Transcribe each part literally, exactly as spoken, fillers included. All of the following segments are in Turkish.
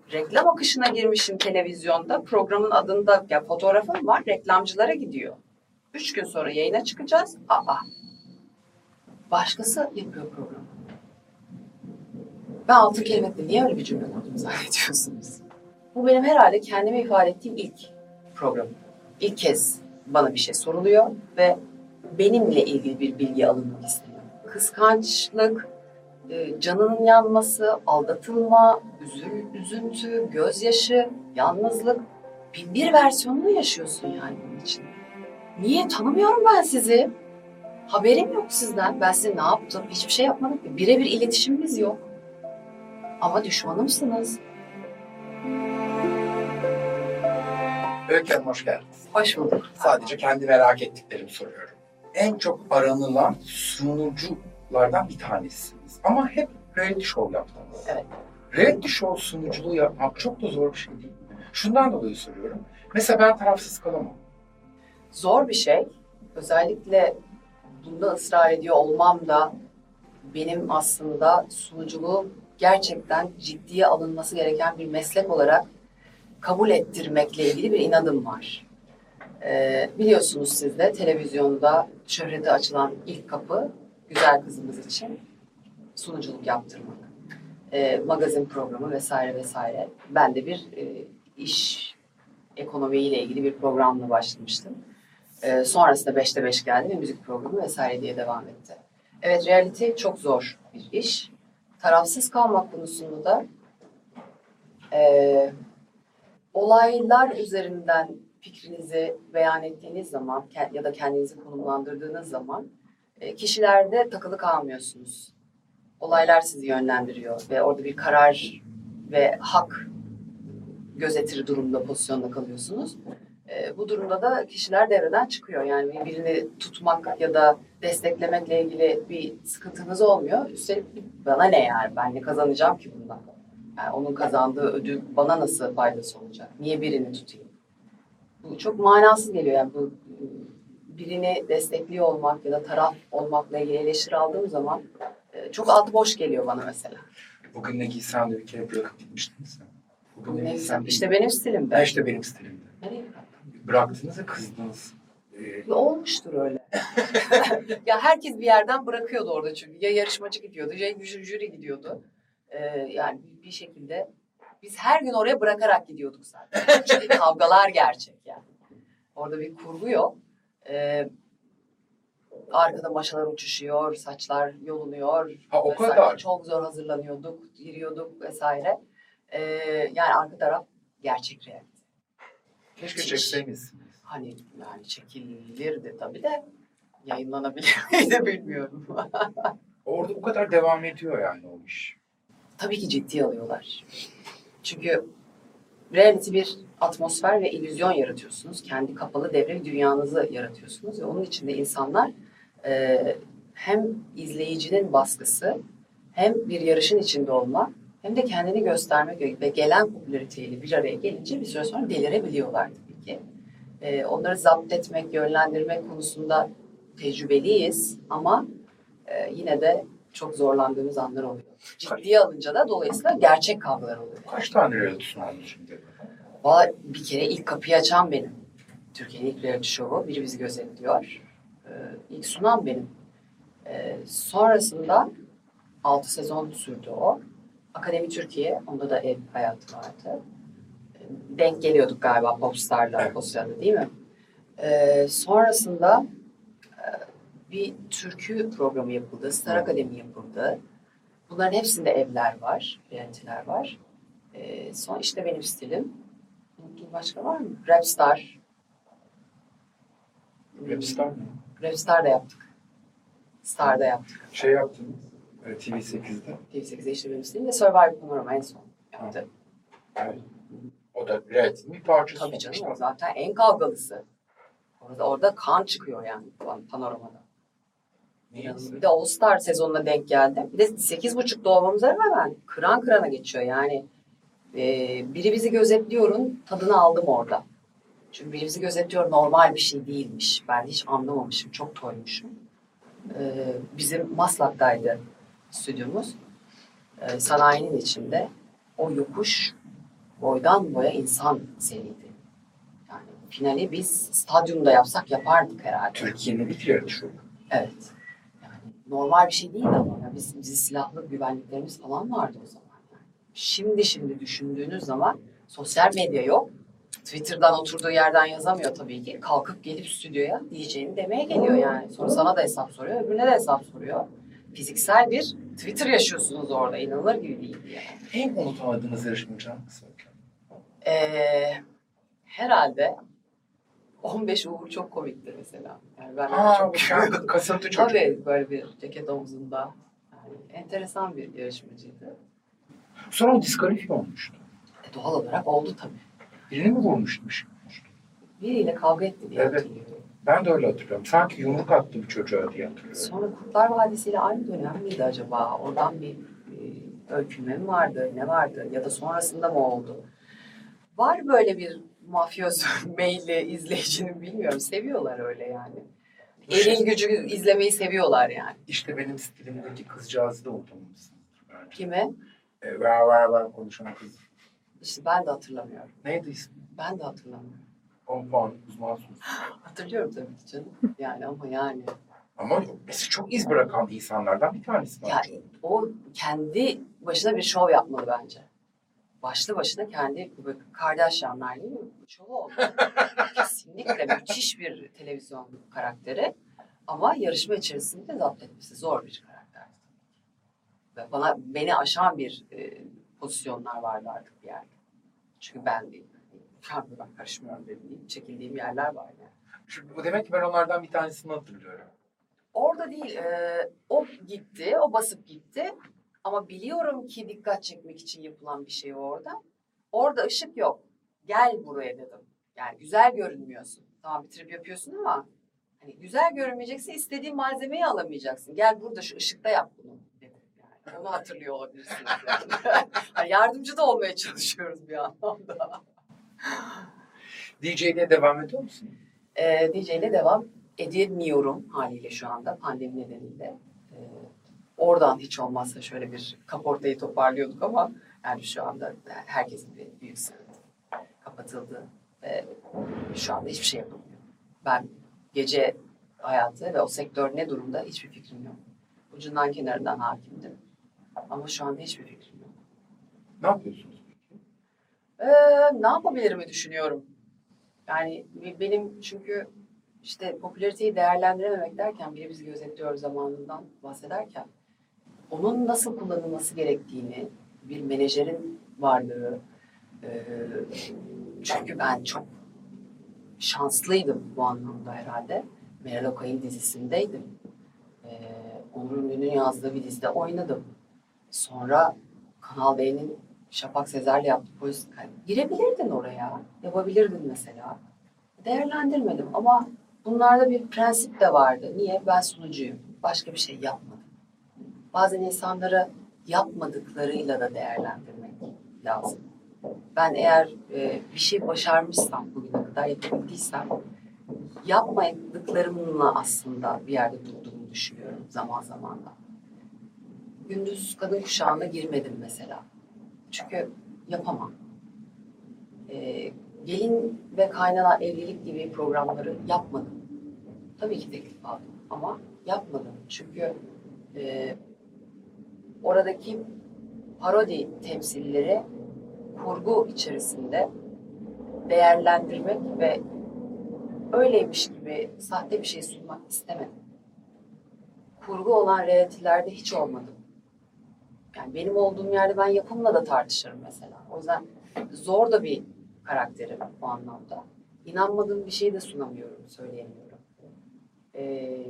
Reklam akışına girmişim televizyonda. Programın adında ya fotoğrafım var. Reklamcılara gidiyor. Üç gün sonra yayına çıkacağız. Aa. Başkası yapıyor programı. Ben altın kelimekle niye öyle bir cümle kurdum zannediyorsunuz? Bu benim herhalde kendimi ifade ettiğim ilk programım. İlk kez bana bir şey soruluyor ve benimle ilgili bir bilgi alınmak isteniyor. Kıskançlık, canının yanması, aldatılma, üzül, üzüntü, gözyaşı, yalnızlık. Bin bir versiyonunu yaşıyorsun yani bunun için. Niye? Tanımıyorum ben sizi. Haberim yok sizden. Ben size ne yaptım? Hiçbir şey yapmadım ki. Birebir iletişimimiz yok. Ama düşmanımsınız. Öykü Hanım hoş geldiniz. Hoş bulduk. Sadece kendi merak ettiklerimi soruyorum. En çok aranılan sunuculardan bir tanesiniz. Ama hep reality show yaptınız. Evet. Reality show sunuculuğu yapmak çok da zor bir şey değil. Şundan dolayı soruyorum. Mesela ben tarafsız kalamam. Zor bir şey. Özellikle bunda ısrar ediyor olmam da benim aslında sunuculuğu gerçekten ciddiye alınması gereken bir meslek olarak kabul ettirmekle ilgili bir inadım var. Ee, biliyorsunuz siz de televizyonda şöhrete açılan ilk kapı güzel kızımız için sunuculuk yaptırmak. Ee, magazin programı vesaire vesaire. Ben de bir e, iş ekonomiyle ilgili bir programla başlamıştım. Ee, sonrasında beşte beş geldi ve müzik programı vesaire diye devam etti. Evet, reality çok zor bir iş. Tarafsız kalmak konusunda da e, olaylar üzerinden fikrinizi beyan ettiğiniz zaman ya da kendinizi konumlandırdığınız zaman e, kişilerde takılı kalmıyorsunuz. Olaylar sizi yönlendiriyor ve orada bir karar ve hak gözetir durumda, pozisyonda kalıyorsunuz. E, bu durumda da kişiler devreden çıkıyor. Yani birini tutmak ya da desteklemekle ilgili bir sıkıntınız olmuyor. Üstelik bana ne yani? Ben ne kazanacağım ki bundan? Yani onun kazandığı ödül bana nasıl faydası olacak? Niye birini tutayım? Bu çok manasız geliyor. Yani bu birini destekliyor olmak ya da taraf olmakla ilgili eleştiri aldığım zaman e, çok altı boş geliyor bana mesela. Bugün ne giysem de bir kere bırakıp gitmiştiniz mi? Bugün ne giysem? İşte benim stilimde. Ha, işte benim stilimde. Nereye bıraktın? Bıraktınız ve kızdınız. Ee... Olmuştur öyle. Ya herkes bir yerden bırakıyordu orada çünkü. Ya yarışmacı gidiyordu ya jüri gidiyordu. Ee, yani bir şekilde biz her gün oraya bırakarak gidiyorduk zaten. Çünkü kavgalar gerçek yani. Orada bir kurgu yok. Ee, arkada maşalar uçuşuyor, saçlar yolunuyor. Ha o vesaire. kadar. Çok zor hazırlanıyorduk, giriyorduk vesaire. Ee, yani arka taraf gerçek realite. Keşke çekseydiniz. Hani yani çekilirdi tabii de yayınlanabilir miydi bilmiyorum. Orada o kadar devam ediyor yani o iş. Tabii ki ciddiye alıyorlar. Çünkü reality bir atmosfer ve illüzyon yaratıyorsunuz. Kendi kapalı devre dünyanızı yaratıyorsunuz. Ve onun içinde insanlar e, hem izleyicinin baskısı hem bir yarışın içinde olmak hem de kendini göstermek ve gelen popülariteyle bir araya gelince bir süre sonra delirebiliyorlar tabii ki. E, onları zapt etmek, yönlendirmek konusunda tecrübeliyiz ama e, yine de çok zorlandığımız anlar oluyor. Ciddiye alınca da dolayısıyla gerçek kavgalar oluyor. Kaç tane reality show oldu şimdi? Valla bir kere ilk kapıyı açan benim. Türkiye'nin ilk reality show'u. Biri bizi gözetliyor. Ee, ilk sunan benim. Ee, sonrasında altı sezon sürdü o. Akademi Türkiye, onda da ev hayatı vardı. Ee, denk geliyorduk galiba Popstar'la evet. O sırada değil mi? Ee, sonrasında e, bir türkü programı yapıldı. Star Akademi yapıldı. Bunların hepsinde evler var, reality'ler var. Ee, son işte benim stilim. Unuttuğum başka var mı? Rapstar. Rapstar mı? Rapstar da yaptık. Star'da yaptık. Şey yaptınız. T V sekizde. T V sekizde işte benim stilim ve Survivor Panorama en son yaptı. Evet. O da reality'nin bir parçası. Tabii canım o zaten en kavgalısı. Orada, orada kan çıkıyor yani panoramada. Bir de All Star sezonuna denk geldim. Bir de sekiz buçukta olmamıza rağmen kıran kırana geçiyor yani. Ee, biri bizi gözetliyorun tadını aldım orada. Çünkü biri bizi gözetliyor normal bir şey değilmiş. Ben hiç anlamamışım. Çok toymuşum. Ee, bizim Maslak'taydı stüdyomuz. Ee, sanayinin içinde. O yokuş boydan boya insan seriydi. Yani finali biz stadyumda yapsak yapardık herhalde. Türkiye'nin ilk yarış şovu. Evet. Yani normal bir şey değil ama. Ya biz, bizim silahlı güvenliklerimiz falan vardı o zaman. Yani. Şimdi şimdi düşündüğünüz zaman sosyal medya yok. Twitter'dan oturduğu yerden yazamıyor tabii ki. Kalkıp gelip stüdyoya diyeceğini demeye geliyor yani. Sonra sana da hesap soruyor, öbürüne de hesap soruyor. Fiziksel bir Twitter yaşıyorsunuz orada. İnanılır gibi değil yani. En unutamadığınız yarışmacı hangisi? Ee, herhalde on beş Uğur çok komikti mesela. Yani ben Aa, çok çok kasıntı çocuk. Tabii böyle bir ceket omzunda. Yani enteresan bir yarışmacıydı. Sonra o diskalifiye olmuştu. E, doğal olarak oldu tabii. Birini mi vurmuşmuş? Biriyle kavga etti diye Evet. hatırlıyorum. Ben de öyle hatırlıyorum. Sanki yumruk attı bir çocuğa diye hatırlıyorum. Sonra Kurtlar Vadisi ile aynı dönem miydi acaba? Oradan bir e, öykünme mi vardı, ne vardı? Ya da sonrasında mı oldu? Var böyle bir mafyoz meyilli izleyicinin bilmiyorum. Seviyorlar öyle yani. Eril gücü izlemeyi seviyorlar yani. İşte benim stilimdeki kızcağızı da unutamamışsındır bence. Kime? E, ver ver ver konuşan kız. İşte ben de hatırlamıyorum. Neydi ismi? Ben de hatırlamıyorum. on puan uzmansınız. Hatırlıyorum tabii ki canım. Yani ama yani. Ama mesela çok iz bırakan insanlardan bir tanesi Ya bence. o kendi başına bir şov yapmalı bence. Başlı başına kendi Kardashianlar değil mi? Şovu oldu. Kesinlikle müthiş bir televizyon karakteri. Ama yarışma içerisinde zapt etmesi zor bir karakter. Ve bana beni aşan bir e, pozisyonlar vardı artık bir yerde. Çünkü ben değilim. Ben karışmıyorum dediğim, çekildiğim yerler var yani. Çünkü bu demek ki ben onlardan bir tanesini hatırlıyorum. Orada değil, e, o gitti, o basıp gitti. Ama biliyorum ki dikkat çekmek için yapılan bir şey orada. Orada ışık yok. Gel buraya dedim. Yani güzel görünmüyorsun. Tamam bir trip yapıyorsun ama hani güzel görünmeyecekse istediğin malzemeyi alamayacaksın. Gel burada şu ışıkta yap bunu dedim. Yani onu hatırlıyor olabilirsiniz. Yani. Yani yardımcı da olmaya çalışıyoruz bir anlamda. D J'liğe devam ediyor musun? Ee, D J ile devam edemiyorum haliyle şu anda pandemi nedeniyle. Ee, oradan hiç olmazsa şöyle bir kaportayı toparlıyorduk ama yani şu anda herkesin bir büyük sıkıntı kapatıldı ve şu anda hiçbir şey yapamıyor. Ben gece hayatı ve o sektör ne durumda hiçbir fikrim yok. Ucundan kenarından hakimdim ama şu anda hiçbir fikrim yok. Ne yapıyorsunuz peki? Ee, ne yapabilirimi düşünüyorum. Yani benim çünkü işte popülariteyi değerlendirememek derken biri bizi gözetliyor zamanından bahsederken onun nasıl kullanılması gerektiğini bir menajerin varlığı e, çünkü ben çok şanslıydım bu anlamda herhalde. Meral Okay'ın dizisindeydim. E, Onur Ünlü'nün yazdığı bir dizide oynadım. Sonra Kanal D'nin Şafak Sezer'le yaptığı polis girebilirdin oraya. Yapabilirdin mesela. Değerlendirmedim ama bunlarda bir prensip de vardı. Niye? Ben sunucuyum. Başka bir şey yapmadım. Bazen insanları yapmadıklarıyla da değerlendirmek lazım. Ben eğer e, bir şey başarmışsam, bugüne kadar yapabildiysem, yapmadıklarımla aslında bir yerde durduğumu düşünüyorum zaman zaman da. Gündüz kadın kuşağına girmedim mesela. Çünkü yapamam. E, gelin ve kaynana evlilik gibi programları yapmadım. Tabii ki teklif aldım ama yapmadım. Çünkü e, oradaki parodi temsilleri kurgu içerisinde değerlendirmek ve öyleymiş gibi sahte bir şey sunmak istemedim. Kurgu olan realitilerde hiç olmadım. Yani benim olduğum yerde ben yapımla da tartışırım mesela. O yüzden zor da bir karakterim bu anlamda. İnanmadığım bir şeyi de sunamıyorum, söyleyemiyorum. Ee,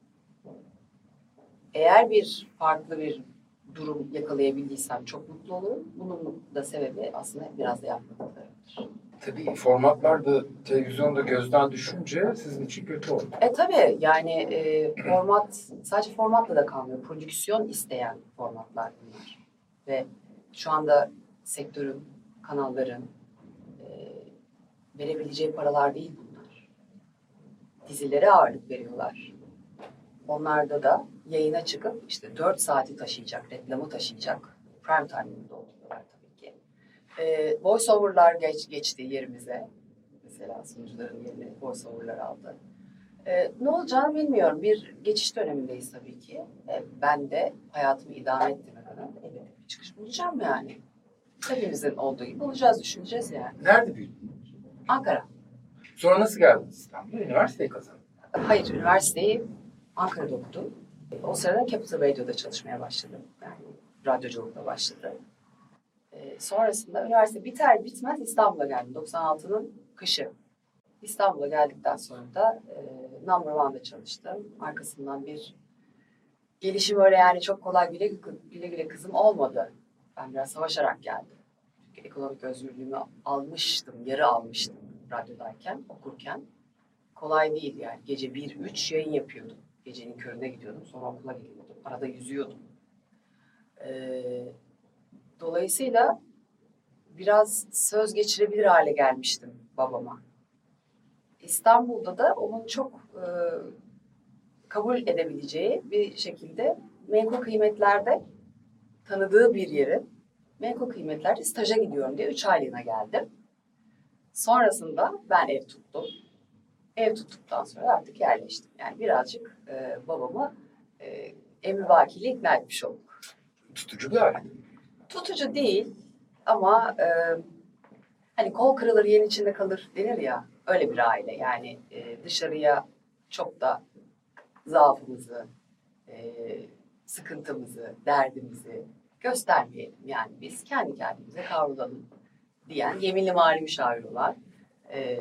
eğer bir farklı bir durum yakalayabildiysem çok mutlu olurum. Bunun da sebebi aslında biraz da yapmadıklarımdır. Tabii formatlar da televizyonda gözden düşünce sizin için kötü oldu. E tabii yani e, format sadece formatla da kalmıyor. Prodüksiyon isteyen formatlar bunlar. Ve şu anda sektörün, kanalların e, verebileceği paralar değil bunlar. Dizilere ağırlık veriyorlar. Onlarda da yayına çıkıp işte dört saati taşıyacak, reklamı taşıyacak. Prime time'ını dolduruyorlar tabii ki. E, voice over'lar geç, geçti yerimize. Mesela sunucuların yerine voice over'lar aldı. E, ne olacağını bilmiyorum. Bir geçiş dönemindeyiz tabii ki. E, ben de hayatımı idame ettirmeden elbette bir çıkış bulacağım yani. Hepimizin olduğu gibi bulacağız, düşüneceğiz yani. Nerede büyüdünüz? Ankara. Sonra nasıl geldiniz İstanbul'a? Üniversiteyi kazandınız. Hayır, üniversiteyi Ankara'da okudum. O sırada Capital Radio'da çalışmaya başladım. Yani radyoculukla başladı. E, sonrasında üniversite biter bitmez İstanbul'a geldim. doksan altının kışı. İstanbul'a geldikten sonra da e, Number One'da çalıştım. Arkasından bir gelişim öyle yani çok kolay güle güle, güle kızım olmadı. Ben biraz savaşarak geldim. Çünkü ekonomik özgürlüğümü almıştım, yarı almıştım radyodayken, okurken. Kolay değil yani. Gece bir üç yayın yapıyordum. Gecenin körüne gidiyordum. Sonra okula geliyordum. Arada yüzüyordum. Ee, dolayısıyla biraz söz geçirebilir hale gelmiştim babama. İstanbul'da da onun çok e, kabul edebileceği bir şekilde menkul kıymetlerde tanıdığı bir yeri menkul kıymetlerde staja gidiyorum diye üç aylığına geldim. Sonrasında ben ev tuttum. Ev tuttuktan sonra artık yerleştim. Yani birazcık e, babamı e, emrivakiyle ikna etmiş olduk. Tutucu bir aile. Tutucu değil ama e, hani kol kırılır yen içinde kalır denir ya, öyle bir aile. Yani e, dışarıya çok da zaafımızı, e, sıkıntımızı, derdimizi göstermeyelim. Yani biz kendi kendimize kavrulalım diyen, yeminli mali müşavir olan, e,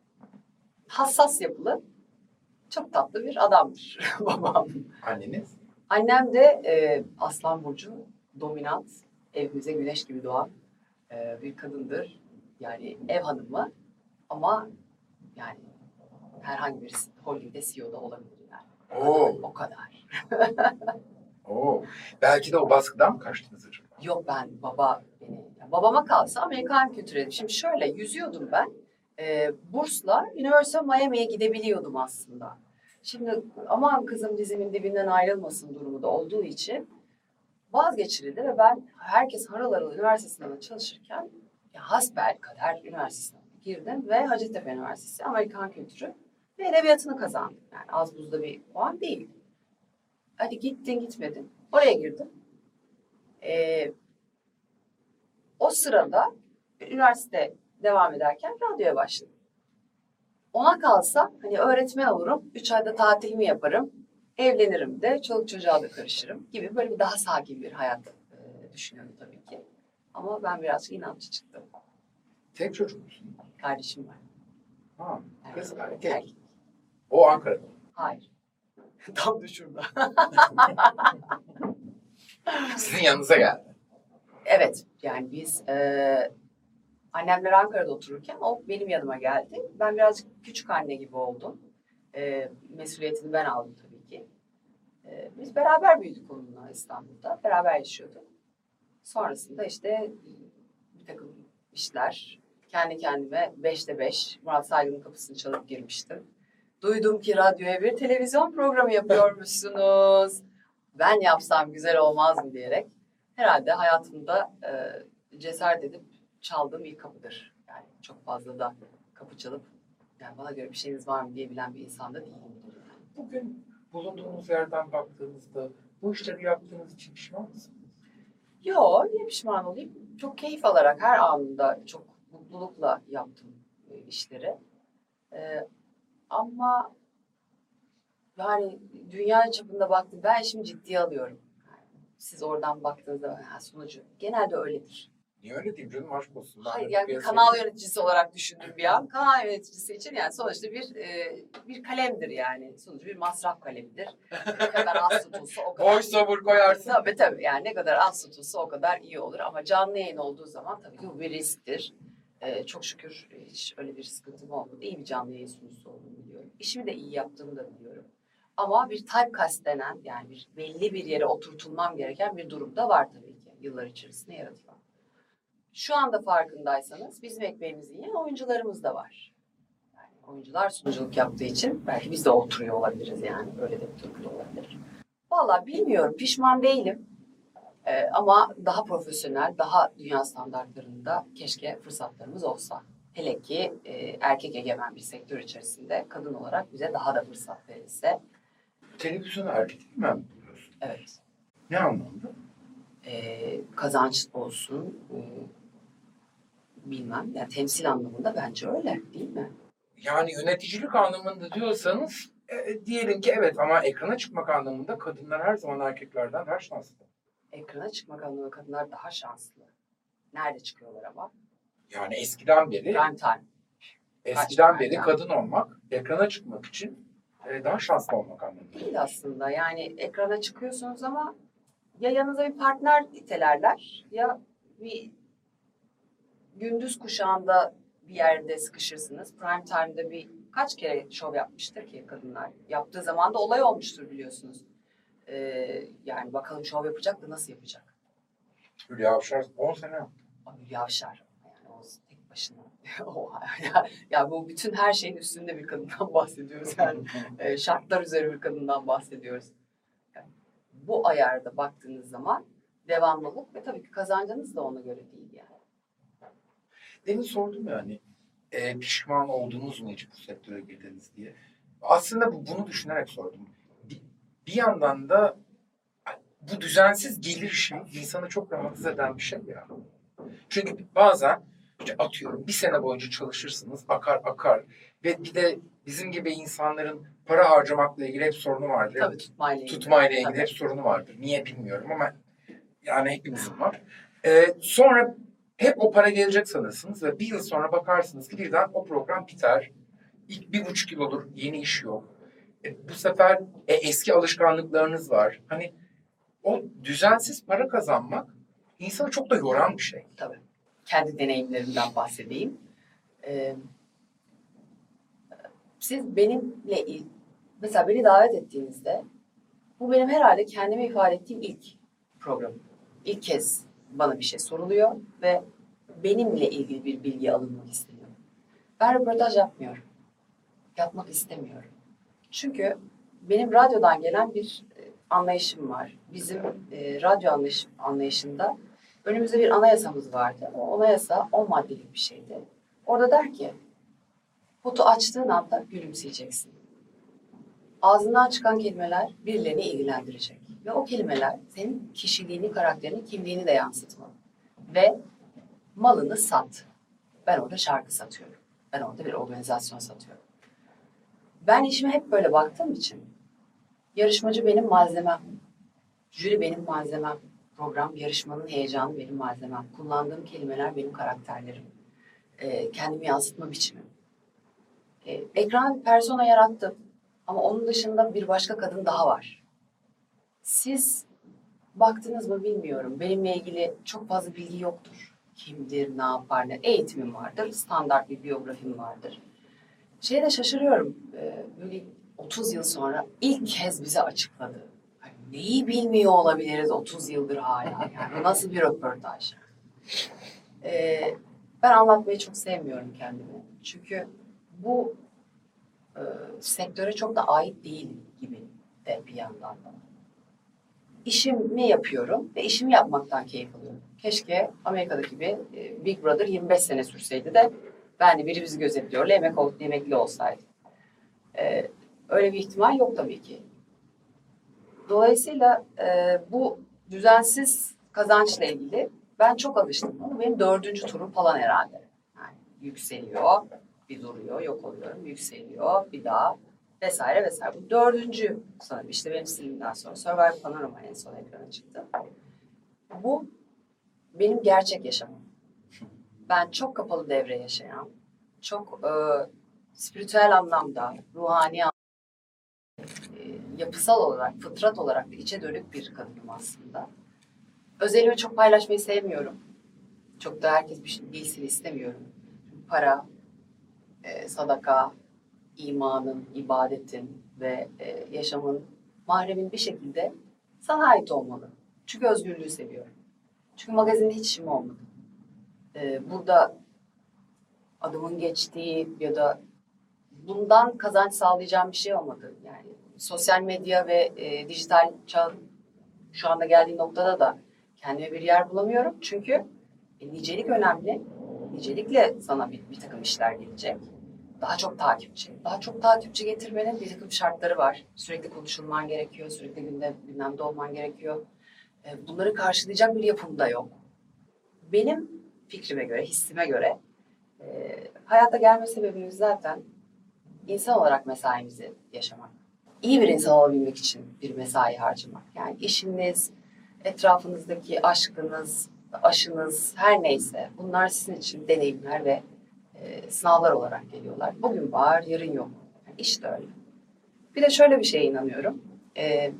hassas yapılı, çok tatlı bir adamdır babam. Anneniz? Annem de e, Aslan Burcu, dominant, evimize güneş gibi doğan e, bir kadındır. Yani ev hanımı ama yani herhangi bir holdingde C E O'da olabilir yani. Oo. O kadar. Oo. Belki de o baskıdan mı kaçtınız acaba? Yok ben baba beni, yani babama kalsa Amerikan kültürü. Şimdi şöyle yüzüyordum ben. E, bursla University of Miami'ye gidebiliyordum aslında. Şimdi aman kızım dizimin dibinden ayrılmasın durumu da olduğu için vazgeçirildi ve ben herkes harıl harıl üniversite sınavına çalışırken ya hasbelkader üniversitesine girdim ve Hacettepe Üniversitesi Amerikan Kültürü ve Edebiyatı'nı kazandım. Yani az buzda bir puan değil. Hadi gittin gitmedin. Oraya girdim. Ee, o sırada üniversite devam ederken radyoya başladım. Ona kalsa hani öğretmen olurum, üç ayda tatilimi yaparım, evlenirim de, çoluk çocuğa da karışırım gibi böyle bir daha sakin bir hayat e, düşünüyorum tabii ki. Ama ben birazcık inatçı çıktım. Tek çocuk musun? Kardeşim var. Ha, Evet, kız erkek. erkek. O Ankara'da. Hayır. Tam da şurada. Sizin yanınıza geldi. Evet, yani biz e, annemler Ankara'da otururken o benim yanıma geldi. Ben birazcık küçük anne gibi oldum. E, mesuliyetini ben aldım tabii ki. E, biz beraber büyüdük onunla İstanbul'da. Beraber yaşıyorduk. Sonrasında işte bir takım işler. Kendi kendime beşte beş Murat Saygın'ın kapısını çalıp girmiştim. Duydum ki radyoya bir televizyon programı yapıyormuşsunuz. Ben yapsam güzel olmaz mı diyerek. Herhalde hayatımda e, cesaret edip çaldığım ilk kapıdır. Yani çok fazla da kapı çalıp yani bana göre bir şeyiniz var mı diyebilen bir insan da değilim. Bugün bulunduğunuz yerden baktığınızda bu işleri yaptığınız için pişman mısınız? Yo, niye pişman olayım? Çok keyif alarak her anında çok mutlulukla yaptım e, işleri. E, ama yani dünya çapında baktım. Ben şimdi ciddiye alıyorum. Yani siz oradan baktığınızda ha, sonucu genelde öyledir. Niye öyle diyeyim canım, aşk olsun. Ben Hayır de yani bir piyasayı- kanal yöneticisi olarak düşündüm bir an. Kanal yöneticisi için yani sonuçta bir e, bir kalemdir yani. Sonuçta bir masraf kalemidir. Ne kadar az tutulsa o kadar. Voice over koyarsın. Tabii tabii yani ne kadar az tutulsa o kadar iyi olur. Ama canlı yayın olduğu zaman tabii ki bu bir risktir. Ee, çok şükür hiç öyle bir sıkıntım olmadı. İyi bir canlı yayın sunucusu olduğumu biliyorum. İşimi de iyi yaptığımı da biliyorum. Ama bir typecast denen yani bir belli bir yere oturtulmam gereken bir durum da var tabii ki yıllar içerisinde yaratılan. Şu anda farkındaysanız bizim ekmeğimizi yiyen oyuncularımız da var. Yani oyuncular sunuculuk yaptığı için belki biz de oturuyor olabiliriz yani. Öyle de bir durum da olabilir. Vallahi bilmiyorum, pişman değilim. Ee, ama daha profesyonel, daha dünya standartlarında keşke fırsatlarımız olsa. Hele ki e, erkek egemen bir sektör içerisinde kadın olarak bize daha da fırsat verilse. Televizyonu erkek egemen mi buluyorsun? Evet. Ne anlamda? Ee, kazanç olsun, e, bilmem. Yani temsil anlamında bence öyle, değil mi? Yani yöneticilik anlamında diyorsanız e, diyelim ki evet, ama ekrana çıkmak anlamında kadınlar her zaman erkeklerden daha şanslı. Ekrana çıkmak anlamında kadınlar daha şanslı. Nerede çıkıyorlar ama? Yani eskiden beri Prime time. eskiden Kaç beri prime time? kadın olmak ekrana çıkmak için e, daha şanslı olmak anlamında. Değil aslında. Yani ekrana çıkıyorsunuz ama ya yanınıza bir partner itelerler ya bir gündüz kuşağında bir yerde sıkışırsınız. Prime time'da bir kaç kere şov yapmıştır ki kadınlar. Yaptığı zaman da olay olmuştur biliyorsunuz. Ee, yani bakalım şov yapacak da nasıl yapacak? Hülya Avşar on sene yaptı. Hülya Avşar. Yani o tek başına. Oha ya, ya bu bütün her şeyin üstünde bir kadından bahsediyoruz. Yani e, şartlar üzeri bir kadından bahsediyoruz. Yani bu ayarda baktığınız zaman devamlılık ve tabii ki kazancınız da ona göre değil yani. Demin sordum ya hani e, pişman oldunuz mu hiç bu sektöre girdiniz diye. Aslında bu, bunu düşünerek sordum. Bir, bir yandan da bu düzensiz gelir şey insanı çok rahatsız eden bir şey ya. Çünkü bazen işte atıyorum bir sene boyunca çalışırsınız, akar akar ve bir de bizim gibi insanların para harcamakla ilgili hep sorunu vardır. Tabii tutmayla ilgili. Tutmayla ilgili Tabii. hep sorunu vardır. Niye bilmiyorum ama yani hepimizin var. Ee, sonra hep o para gelecek sanırsınız ve bir yıl sonra bakarsınız ki birden o program biter. İlk bir buçuk yıl olur, yeni iş yok. E, bu sefer e, eski alışkanlıklarınız var. Hani o düzensiz para kazanmak insanı çok da yoran bir şey. Tabii. Kendi deneyimlerimden bahsedeyim. Ee, siz benimle il- mesela beni davet ettiğinizde bu benim herhalde kendime ifade ettiğim ilk program. İlk kez bana bir şey soruluyor ve benimle ilgili bir bilgi alınmak isteniyor. Ben röportaj yapmıyorum. Yapmak istemiyorum. Çünkü benim radyodan gelen bir e, anlayışım var. Bizim e, radyo anlayış, anlayışında önümüzde bir anayasamız vardı. O anayasa on maddelik bir şeydi. Orada der ki, potu açtığın anda gülümseyeceksin. Ağzından çıkan kelimeler birilerini ilgilendirecek. Ve o kelimeler senin kişiliğini, karakterini, kimliğini de yansıtmalı. Ve malını sat. Ben orada şarkı satıyorum. Ben orada bir organizasyon satıyorum. Ben işime hep böyle baktığım için yarışmacı benim malzemem. Jüri benim malzemem. Program, yarışmanın heyecanı benim malzemem. Kullandığım kelimeler benim karakterlerim. Ee, kendimi yansıtma biçimim. Ee, ekran bir persona yarattım. Ama onun dışında bir başka kadın daha var. Siz baktınız mı bilmiyorum. Benimle ilgili çok fazla bilgi yoktur. Kimdir, ne yapar, ne eğitimim vardır. Standart bir biyografim vardır. Şeye de şaşırıyorum. Ee, böyle otuz yıl sonra ilk kez bize açıkladı. Hani neyi bilmiyor olabiliriz otuz yıldır hala? Yani bu nasıl bir röportaj? Ee, ben anlatmayı çok sevmiyorum kendimi. Çünkü bu e, sektöre çok da ait değilim gibi de bir yandan da. İşimi yapıyorum ve işimi yapmaktan keyif alıyorum. Keşke Amerika'daki gibi e, Big Brother yirmi beş sene sürseydi de ben de biri bizi gözetliyor, yemek ol, yemekli olsaydı. Ee, öyle bir ihtimal yok tabii ki. Dolayısıyla e, bu düzensiz kazançla ilgili ben çok alıştım. Ama benim dördüncü turum falan herhalde. Yani yükseliyor, bir duruyor, yok oluyorum, yükseliyor, bir daha vesaire vesaire. Bu dördüncü sanırım işte benim stilimden sonra Survivor Panorama en son ekrana çıktı. Bu benim gerçek yaşamım. Ben çok kapalı devre yaşayan, çok e, spiritüel anlamda, ruhani anlamda, e, yapısal olarak, fıtrat olarak da içe dönük bir kadınım aslında. Özelimi çok paylaşmayı sevmiyorum. Çok da herkes bir şey bilsin istemiyorum. Para, e, sadaka, imanın, ibadetin ve e, yaşamın, mahremin bir şekilde sana ait olmalı. Çünkü özgürlüğü seviyorum. Çünkü magazinde hiç işim olmadı. E, burada adımın geçtiği ya da bundan kazanç sağlayacağım bir şey olmadı. Yani sosyal medya ve e, dijital çağın şu anda geldiği noktada da Kendime bir yer bulamıyorum çünkü e, nicelik önemli. Nicelikle sana bir, bir takım işler gelecek. Daha çok takipçi. Daha çok takipçi getirmenin bir takım şartları var. Sürekli konuşulman gerekiyor, sürekli gündem, gündemde olman gerekiyor. E, bunları karşılayacak bir yapım da yok. Benim fikrime göre, hissime göre e, hayata gelme sebebimiz zaten insan olarak mesaimizi yaşamak. İyi bir insan olabilmek için bir mesai harcamak. Yani işiniz, etrafınızdaki aşkınız, aşınız her neyse bunlar sizin için deneyimler ve e, sınavlar olarak geliyorlar. Bugün var, yarın yok. Yani iş de öyle. Bir de şöyle bir şeye inanıyorum. E,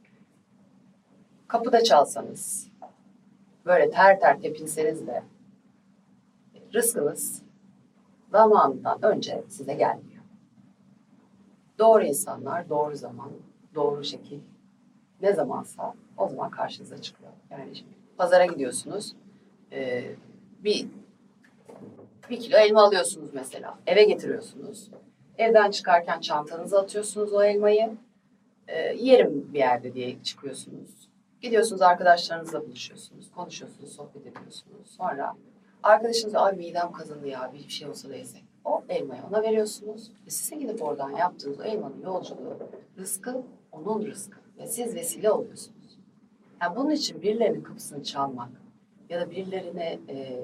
kapıda çalsanız, böyle ter ter tepinseniz de rızkınız zamanından önce size gelmiyor. Doğru insanlar, doğru zaman, doğru şekil ne zamansa o zaman karşınıza çıkıyor. Yani şimdi pazara gidiyorsunuz, e, bir, bir kilo elma alıyorsunuz mesela, eve getiriyorsunuz. Evden çıkarken çantanıza atıyorsunuz o elmayı, e, yerim bir yerde diye çıkıyorsunuz. Gidiyorsunuz arkadaşlarınızla buluşuyorsunuz, konuşuyorsunuz, sohbet ediyorsunuz. Sonra arkadaşınız ay midem kazındı ya bir şey olsa da yesek. O elmayı ona veriyorsunuz. Ve sizin gidip oradan yaptığınız o elmanın yolculuğu, rızkı onun rızkı. Ve siz vesile oluyorsunuz. Yani bunun için birilerinin kapısını çalmak ya da birilerine e,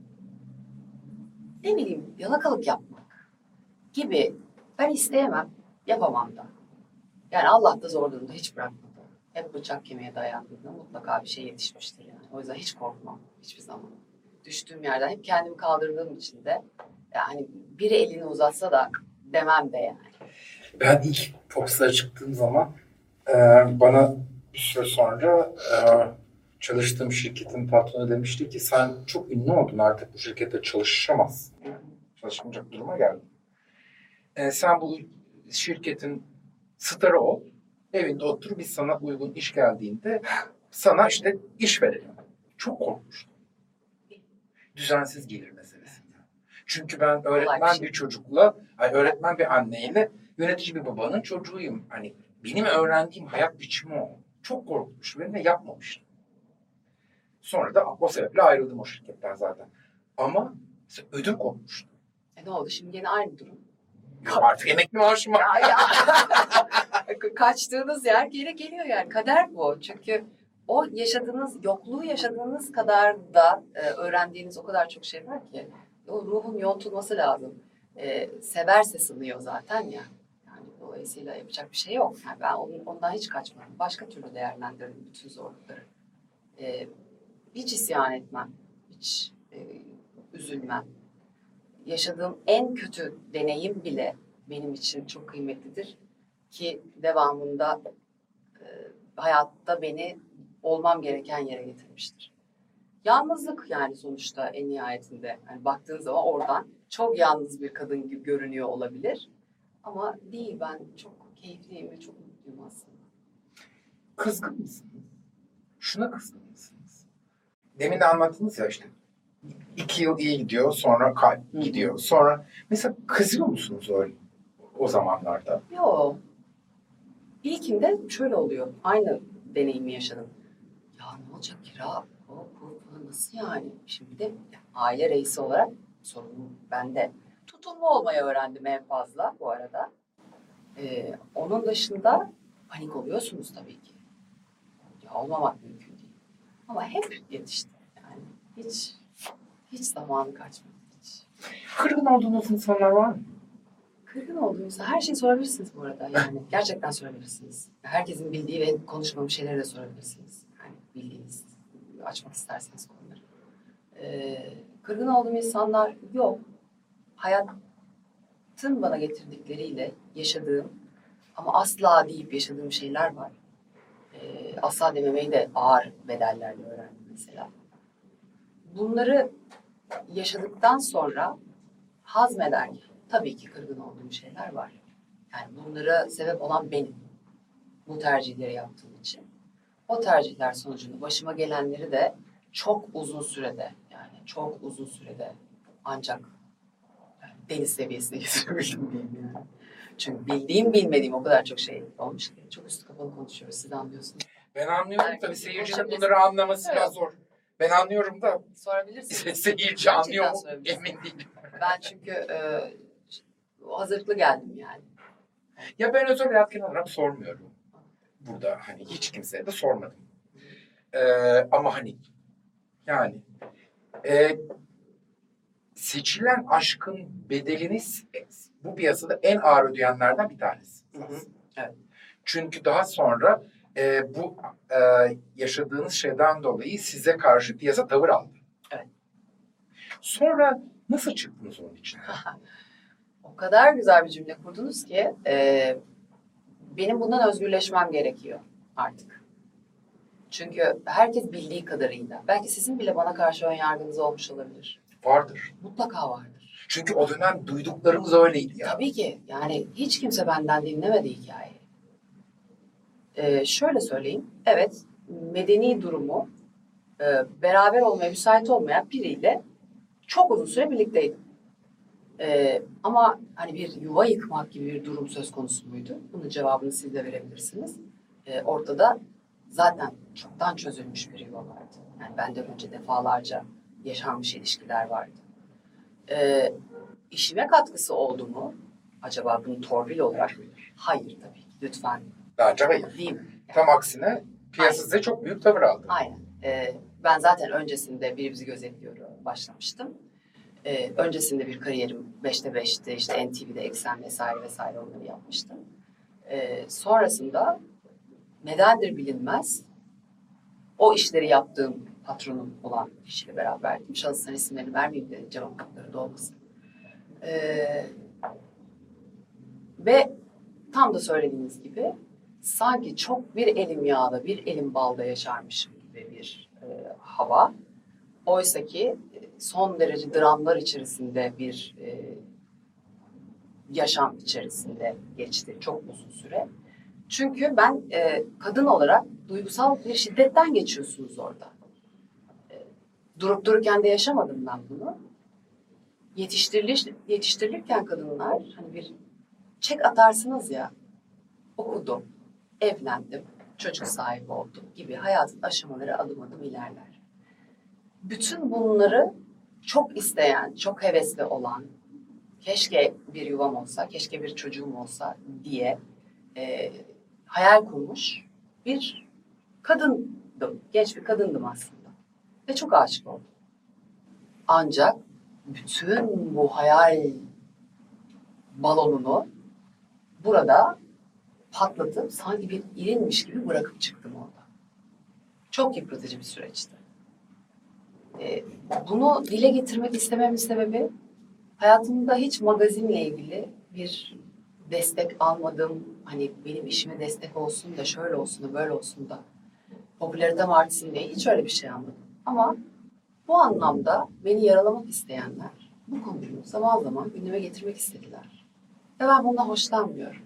ne bileyim yalakalık yapmak gibi ben isteyemem, yapamam da. Yani Allah da zor durumda hiç bırakmadı. Hep bıçak kemiğe dayandığında mutlaka bir şey yetişmiştir yani. O yüzden hiç korkmam hiçbir zaman. Düştüğüm yerden hep kendimi kaldırdığım için de yani biri elini uzatsa da demem de yani. Ben ilk Popstar'a çıktığım zaman e, bana bir süre sonra e, çalıştığım şirketin patronu demişti ki sen çok ünlü oldun artık bu şirkette çalışamazsın. Çalışmayacak duruma geldin. E, sen bu şirketin starı ol, evinde otur biz sana uygun iş geldiğinde sana işte iş verelim. Çok korkmuştum. Düzensiz gelir meselesinden. Çünkü ben öğretmen bir çocukla, yani öğretmen bir anneyle yönetici bir babanın çocuğuyum. Hani benim öğrendiğim hayat biçimi o. Çok korkmuş ve yapmamıştım. Sonra da o sebeple ayrıldım o şirketten zaten. Ama ödüm kopmuştu. E ne oldu şimdi yine aynı durum. Artık emekli maaşım var. Ya, ya. Kaçtığınız yer geri geliyor yani. Kader bu. Çünkü o yaşadığınız, yokluğu yaşadığınız kadar da e, öğrendiğiniz o kadar çok şey var ki. O ruhun yontulması lazım. E, severse sınıyor zaten ya. Yani dolayısıyla yapacak bir şey yok. Yani ben onun, ondan hiç kaçmam. Başka türlü değerlendiririm bütün zorlukları. E, hiç isyan etmem. Hiç e, üzülmem. Yaşadığım en kötü deneyim bile benim için çok kıymetlidir ki devamında e, hayatta beni olmam gereken yere getirmiştir. Yalnızlık yani sonuçta en nihayetinde. Yani baktığın zaman oradan çok yalnız bir kadın gibi görünüyor olabilir. Ama değil, ben çok keyifliyim ve çok mutluyum aslında. Kızgın mısınız? Şuna kızgın mısınız? Demin de anlattınız ya işte. İki yıl iyi gidiyor, sonra kalp gidiyor. Sonra mesela kızıyor musunuz öyle o zamanlarda? Yok. İlkinde şöyle oluyor. Aynı deneyimi yaşadım. Ya ne olacak kira? O, bu, bu nasıl yani? Şimdi de aile reisi olarak sorumluluk bende. Tutumlu olmayı öğrendim en fazla bu arada. Ee, onun dışında panik oluyorsunuz tabii ki. Ya olmamak mümkün değil. Ama hep yetişti. Yani hiç hiç zamanı kaçmadı. Hiç. Kırgın olduğunuz insanlar var mı? Kırgın olduğunuzda her şeyi sorabilirsiniz bu arada. Yani gerçekten sorabilirsiniz. Herkesin bildiği ve konuşmamış şeyleri de sorabilirsiniz. Yani bildiğiniz, açmak isterseniz konuları. Ee, kırgın olduğum insanlar yok. Hayatın bana getirdikleriyle yaşadığım ama asla deyip yaşadığım şeyler var. Ee, asla dememeyi de ağır bedellerle öğrendim mesela. Bunları yaşadıktan sonra hazmederken tabii ki kırgın olduğum şeyler var. Yani bunlara sebep olan benim. Bu tercihleri yaptığım için. O tercihler sonucunda başıma gelenleri de çok uzun sürede yani çok uzun sürede ancak yani deniz seviyesine getirebildim diyeyim yani. Çünkü bildiğim bilmediğim o kadar çok şey olmuş ki çok üstü kapalı konuşuyoruz siz anlıyorsunuz. Ben anlıyorum Belki tabii seyircinin konuşabilirsin. bunları anlaması Evet. biraz zor. Ben anlıyorum da Sorabilirsiniz. seyirci Gerçekten anlıyor mu sorabilirsiniz. emin değilim. Ben çünkü e, hazırlıklı geldim yani. Ya ben özel hayat genel olarak sormuyorum. Burada hani hiç kimseye de sormadım. Ee, ama hani yani e, seçilen aşkın bedelini bu piyasada en ağır ödeyenlerden bir tanesi. Hı hı. Evet. Çünkü daha sonra e, bu e, yaşadığınız şeyden dolayı size karşı piyasa tavır aldı. Evet. Sonra nasıl çıktınız onun için? O kadar güzel bir cümle kurdunuz ki e, benim bundan özgürleşmem gerekiyor artık. Çünkü herkes bildiği kadarıyla. Belki sizin bile bana karşı ön yargınız olmuş olabilir. Vardır. Mutlaka vardır. Çünkü o dönem duyduklarımız öyleydi ya. Tabii ki. Yani hiç kimse benden dinlemedi hikayeyi. Ee, şöyle söyleyeyim. Evet, medeni durumu e, beraber olmaya müsait olmayan biriyle çok uzun süre birlikteydim. Ee, ama hani bir yuva yıkmak gibi bir durum söz konusu muydu? Bunun cevabını siz de verebilirsiniz. Ee, ortada zaten çoktan çözülmüş bir yuva vardı. Yani benden önce defalarca yaşanmış ilişkiler vardı. Ee, işime katkısı oldu mu? Acaba bunu torpil olarak? Hayır tabii ki. Lütfen. Bence hayır. Değil mi? Tam aksine piyasa size çok büyük tavır aldı. Aynen. Ee, ben zaten öncesinde Biri Bizi Gözetliyor başlamıştım. Ee, öncesinde bir kariyerim beşte beşte işte N T V'de Eksen vesaire vesaire onları yapmıştım. Ee, sonrasında nedendir bilinmez o işleri yaptığım patronum olan kişiyle beraberdim. Şahısların isimlerini vermeyeyim de cevapları da olmasın. Ee, ve tam da söylediğiniz gibi sanki çok bir elim yağda bir elim balda yaşarmışım gibi bir e, hava. Oysa ki son derece dramlar içerisinde bir e, yaşam içerisinde geçti çok uzun süre. Çünkü ben e, kadın olarak duygusal bir şiddetten geçiyorsunuz orada. E, durup dururken de yaşamadım ben bunu. Yetiştirilir, yetiştirilirken kadınlar hani bir çek atarsınız ya, okudum, evlendim, çocuk sahibi oldum gibi hayatın aşamaları adım adım ilerler. Bütün bunları çok isteyen, çok hevesli olan, keşke bir yuvam olsa, keşke bir çocuğum olsa diye e, hayal kurmuş bir kadındım. Genç bir kadındım aslında. Ve çok aşık oldum. Ancak bütün bu hayal balonunu burada patlatıp sanki bir irinmiş gibi bırakıp çıktım orada. Çok yıpratıcı bir süreçti. E, bunu dile getirmek istememin sebebi hayatımda hiç magazinle ilgili bir destek almadım. Hani benim işime destek olsun da şöyle olsun da böyle olsun da popülaritem artsın diye hiç öyle bir şey almadım. Ama bu anlamda beni yaralamak isteyenler bu konuyu zaman zaman gündeme getirmek istediler. Ve ben bundan hoşlanmıyorum.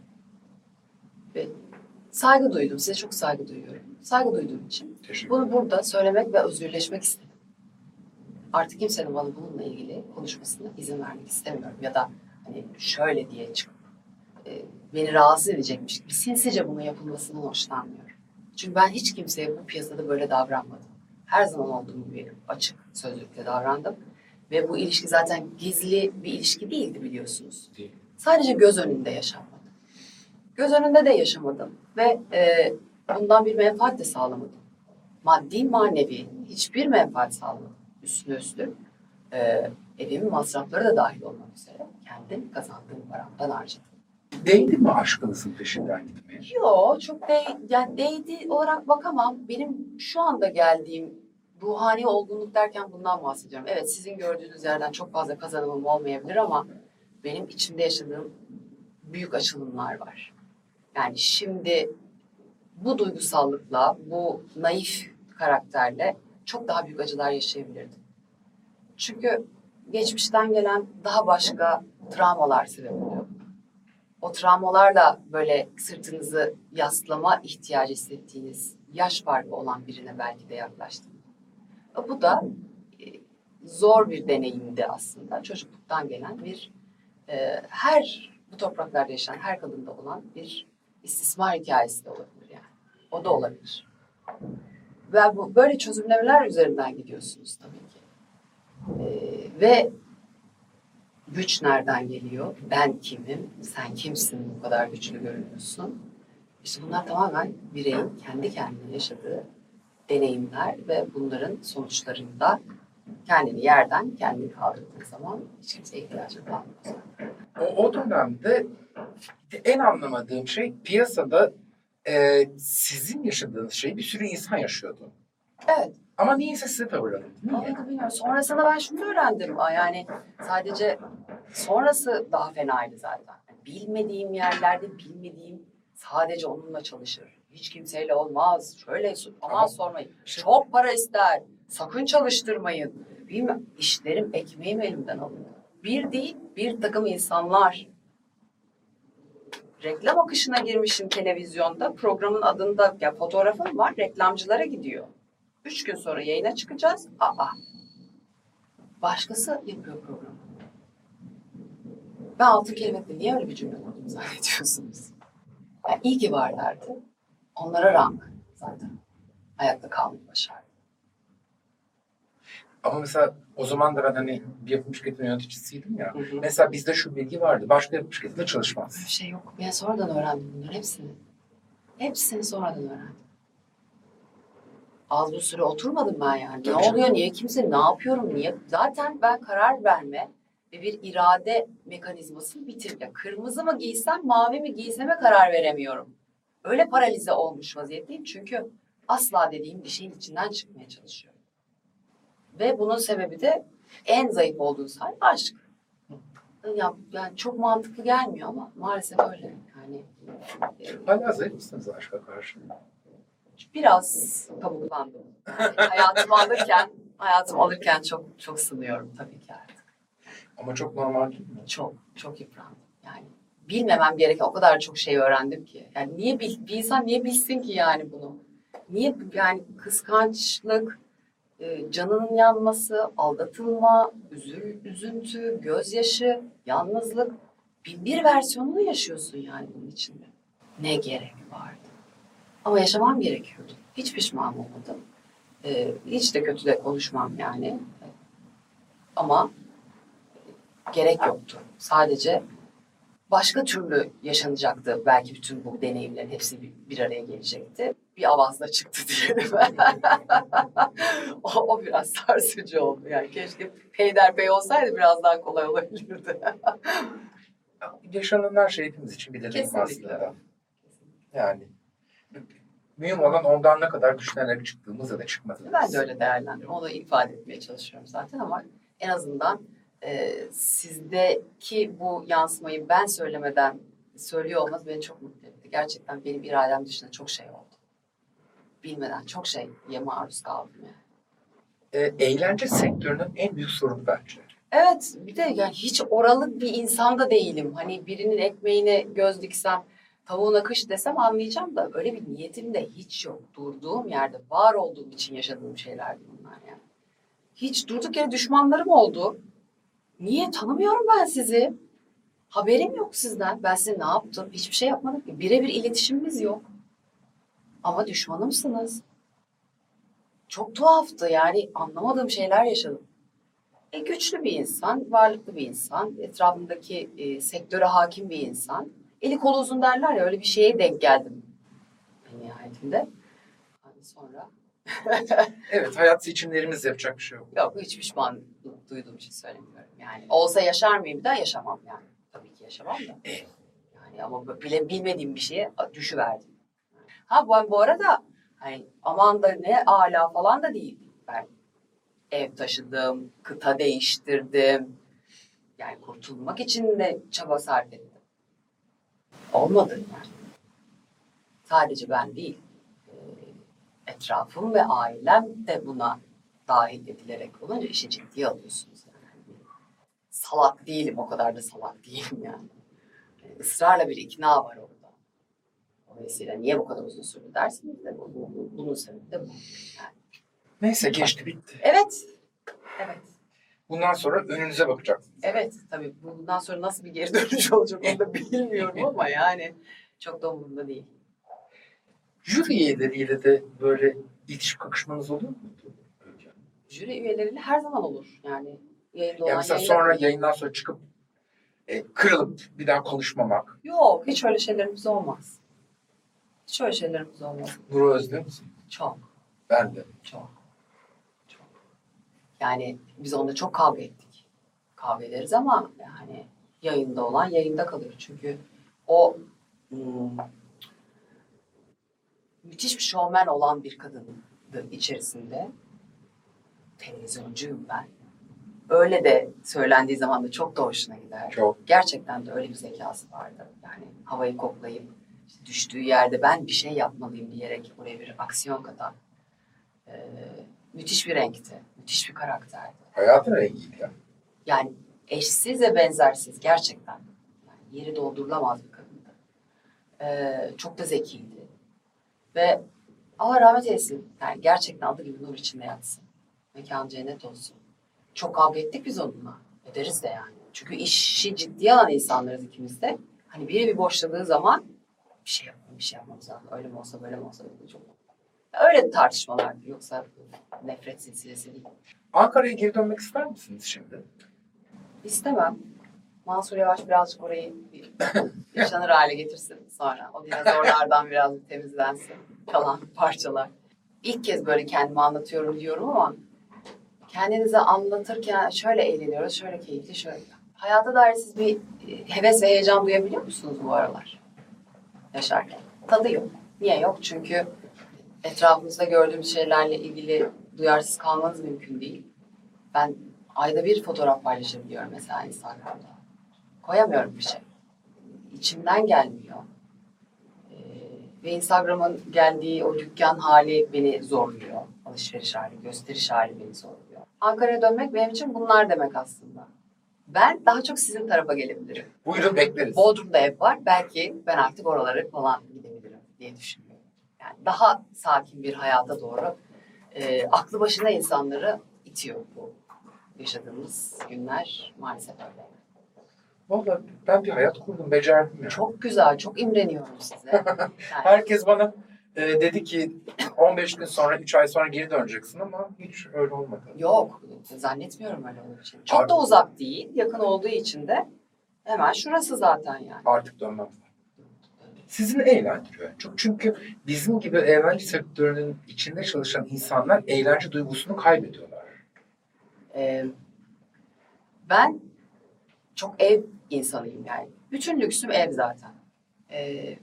Ve saygı duydum. Size çok saygı duyuyorum. Saygı duyduğum için bunu burada söylemek ve özgürleşmek istedim. Artık kimsenin bana bununla ilgili konuşmasına izin vermek istemiyorum. Ya da hani şöyle diye çıkıp e, beni rahatsız edecekmiş gibi sinsice bunun yapılmasından hoşlanmıyorum. Çünkü ben hiç kimseye bu piyasada böyle davranmadım. Her zaman olduğum gibi açık sözlükle davrandım. Ve bu ilişki zaten gizli bir ilişki değildi biliyorsunuz. Değil. Sadece göz önünde yaşanmadı. Göz önünde de yaşamadım. Ve e, bundan bir menfaat de sağlamadım. Maddi manevi hiçbir menfaat sağlamadım. Üstüne üstlük e, evimin masrafları da dahil olmak üzere kendim kazandığım paramdan harcadım. Değdi mi aşkınızın peşinden gitmeye? Yok, çok de, yani değdi olarak bakamam. Benim şu anda geldiğim ruhani olgunluk derken bundan bahsediyorum. Evet, sizin gördüğünüz yerden çok fazla kazanımım olmayabilir ama benim içimde yaşadığım büyük açılımlar var. Yani şimdi bu duygusallıkla, bu naif karakterle çok daha büyük acılar yaşayabilirdim. Çünkü geçmişten gelen daha başka travmalar sebep oluyor. O travmalarla böyle sırtınızı yaslama ihtiyacı hissettiğiniz yaş farkı olan birine belki de yaklaştım. Bu da e, zor bir deneyimdi aslında. Çocukluktan gelen bir e, her bu topraklarda yaşayan her kadında olan bir istismar hikayesi de olabilir yani. O da olabilir. Ve bu böyle çözümlemeler üzerinden gidiyorsunuz tabii ki. Ee, ve güç nereden geliyor? Ben kimim? Sen kimsin bu kadar güçlü görünüyorsun? İşte bunlar tamamen bireyin kendi kendine yaşadığı deneyimler ve bunların sonuçlarında kendini yerden kendini kaldırdığı zaman hiç kimseye ihtiyacı kalmıyor. O, o dönemde en anlamadığım şey piyasada e, sizin yaşadığınız şeyi bir sürü insan yaşıyordu. Evet. Ama niyeyse size tavır alındı. Niye? Vallahi bilmiyorum. Sonrasında ben şunu öğrendim. Aa, Yani sadece sonrası daha fenaydı zaten. Yani bilmediğim yerlerde bilmediğim sadece onunla çalışır. Hiç kimseyle olmaz. Şöyle aman Ama- sormayın. Çok para ister. Sakın çalıştırmayın. Bilmem. İşlerim, ekmeğim elimden alındı. Bir değil, bir takım insanlar. Reklam akışına girmişim televizyonda. Programın adında ya fotoğrafım var. Reklamcılara gidiyor. Üç gün sonra yayına çıkacağız. Aa, başkası yapıyor programı. Ben altın kelimekle niye öyle bir cümle kurdum zannediyorsunuz? Yani iyi ki varlardı. Onlara rağmen zaten ayakta kalmayı başardım. Ama mesela o zaman da ben hani bir yapım şirketinin yöneticisiydim ya. Hı hı. Mesela bizde şu bilgi vardı. Başka yapım şirketinde çalışmaz. Böyle bir şey yok. Ben sonradan öğrendim bunların hepsini. Hepsini sonradan öğrendim. Az bu süre oturmadım ben yani. Tabii ne canım. oluyor, niye kimse, ne yapıyorum, niye? Zaten ben karar verme ve bir irade mekanizmasını bitirdim. Ya kırmızı mı giysem, mavi mi giyseme karar veremiyorum. Öyle paralize olmuş vaziyetteyim çünkü asla dediğim bir şeyin içinden çıkmaya çalışıyorum. Ve bunun sebebi de en zayıf olduğu say aşk. Ya, yani çok mantıklı gelmiyor ama maalesef öyle. Yani e, Hala zayıf mısınız aşka karşı? biraz kabuklandım. Yani hayatımı alırken, hayatımı alırken çok çok sınıyorum tabii ki artık. Ama çok normal değil mi? Çok, çok yıprandım. Yani bilmemem gereken o kadar çok şey öğrendim ki. Yani niye bil, bir insan niye bilsin ki yani bunu? Niye yani kıskançlık, e, canının yanması, aldatılma, üzül, üzüntü, gözyaşı, yalnızlık bin bir versiyonunu yaşıyorsun yani bunun içinde. Ne gerek vardı? Ama yaşamam gerekiyordu. Hiç pişman olmadım. Ee, hiç de kötü de konuşmam yani. Ama gerek yoktu. Sadece başka türlü yaşanacaktı. Belki bütün bu deneyimlerin hepsi bir, bir araya gelecekti. Bir avazla çıktı diyelim. o, o biraz sarsıcı oldu. Yani keşke peyderpey olsaydı biraz daha kolay olabilirdi. Yaşanan her şey hepimiz için bir deneyim Kesinlikle. aslında. Yani mühim olan ondan ne kadar düşünerek çıktığımız ya da çıkmadığımız. Ben de öyle değerlendiriyorum. Onu ifade etmeye çalışıyorum zaten ama en azından e, sizdeki bu yansımayı ben söylemeden söylüyor olmanız beni çok mutlu etti. Gerçekten benim iradem dışında çok şey oldu. Bilmeden çok şeye maruz kaldım yani. E, eğlence sektörünün en büyük sorunu bence. Evet, bir de yani hiç oralık bir insan da değilim. Hani birinin ekmeğine göz diksem, tavuğuna kış desem anlayacağım da öyle bir niyetim de hiç yok. Durduğum yerde var olduğum için yaşadığım şeylerdi bunlar yani. Hiç durduk yere düşmanlarım oldu. Niye? Tanımıyorum ben sizi. Haberim yok sizden. Ben size ne yaptım? Hiçbir şey yapmadım ki. Birebir iletişimimiz yok. Ama düşmanımsınız. Çok tuhaftı yani anlamadığım şeyler yaşadım. E, güçlü bir insan, varlıklı bir insan, etrafındaki e, sektöre hakim bir insan. Eli kolu uzun derler ya öyle bir şeye denk geldim en nihayetinde. Hani sonra Evet, hayat seçimlerimiz yapacak bir şey yok. yok hiç pişmanlık duyduğum için söylemiyorum. Yani olsa yaşar mıyım bir daha yaşamam yani. Tabii ki yaşamam da. Yani ama bile bilmediğim bir şeye düşüverdim. Ha bu, bu arada hani aman da ne ala falan da değil. Ben ev taşıdım, kıta değiştirdim. Yani kurtulmak için de çaba sarf ettim. Olmadı yani. Sadece ben değil. e, Etrafım ve ailem de buna dahil edilerek olunca işi ciddiye alıyorsunuz. Yani. Salak değilim, o kadar da salak değilim yani. Yani ısrarla bir ikna var orada. Dolayısıyla niye bu kadar uzun sürdü dersiniz de bu, bu, bu, bunun sebebi de bu. Yani. Neyse geçti bitti. Evet. Evet. Bundan sonra önünüze bakacaksınız. Evet. Tabii bundan sonra nasıl bir geri dönüş olacak onu da bilmiyorum ama yani çok da umurumda değil. Jüri üyeleriyle de böyle itişip kakışmanız oluyor mu? Jüri üyeleriyle her zaman olur. Yani yayında olan Yani mesela yayında sonra kalır. yayından sonra çıkıp e, kırılıp bir daha konuşmamak. Yok, hiç öyle şeylerimiz olmaz. Hiç öyle şeylerimiz olmaz. Nur'u özlüyor musun? Çok, Ben de. çok, çok. Yani biz onunla çok kavga ettik. Kavga ederiz ama yani yayında olan yayında kalıyor. Çünkü o hmm, müthiş bir şovmen olan bir kadındı içerisinde. Televizyoncuyum ben. Öyle de söylendiği zaman da çok da hoşuna gider. Çok. Gerçekten de öyle bir zekası vardı. Yani havayı koklayıp işte düştüğü yerde ben bir şey yapmalıyım diyerek oraya bir aksiyon katan e, müthiş bir renkti. Müthiş bir karakterdi. Hayatın rengiydi ya. Yani eşsiz ve benzersiz gerçekten. Yani yeri doldurulamaz bir kadındı. E, çok da zekiydi. Ve Allah rahmet eylesin. Yani gerçekten adı gibi nur içinde yatsın. Mekan cennet olsun. Çok kavga ettik biz onunla. Ederiz de yani. Çünkü işi ciddiye alan insanlarız ikimiz de. Hani biri bir boşladığı zaman bir şey yapalım, bir şey yapmamız lazım. Öyle mi olsa, böyle mi olsa, böyle çok. Öyle tartışmalardı. Yoksa nefret silsilesi değil. Ankara'ya geri dönmek ister misiniz şimdi? İstemem. Mansur Yavaş birazcık orayı bir yaşanır hale getirsin sonra. O dinozorlardan biraz temizlensin. Kalan parçalar. İlk kez böyle kendimi anlatıyorum diyorum ama kendinize anlatırken şöyle eğleniyoruz, şöyle keyifli, şöyle. Hayata dair siz bir e, heves ve heyecan duyabiliyor musunuz bu aralar yaşarken? Tadı yok. Niye yok? Çünkü etrafınızda gördüğümüz şeylerle ilgili duyarsız kalmanız mümkün değil. Ben ayda bir fotoğraf paylaşabiliyorum mesela Instagram'da. Koyamıyorum bir şey. İçimden gelmiyor. Ee, ve Instagram'ın geldiği o dükkan hali beni zorluyor. Alışveriş hali, gösteriş hali beni zorluyor. Ankara'ya dönmek benim için bunlar demek aslında. Ben daha çok sizin tarafa gelebilirim. Buyurun bekleriz. Bodrum'da ev var. Belki ben artık oraları falan gidebilirim diye düşünüyorum. Yani daha sakin bir hayata doğru e, aklı başına insanları itiyor bu yaşadığımız günler maalesef öyle. Vallahi ben bir hayat kurdum, becerdim ya. Çok güzel, çok imreniyorum size. Yani, Herkes bana e, dedi ki on beş gün sonra, üç ay sonra geri döneceksin ama hiç öyle olmadı. yok, zannetmiyorum öyle olacağını. Çok Artık- da uzak değil, yakın olduğu için de hemen şurası zaten yani. Artık dönmem. Sizi ne eğlendiriyor? Çok çünkü bizim gibi eğlence sektörünün içinde çalışan insanlar eğlence duygusunu kaybediyorlar. Ee, ben çok ev insanıyım yani. Bütün lüksüm ev zaten. Ee,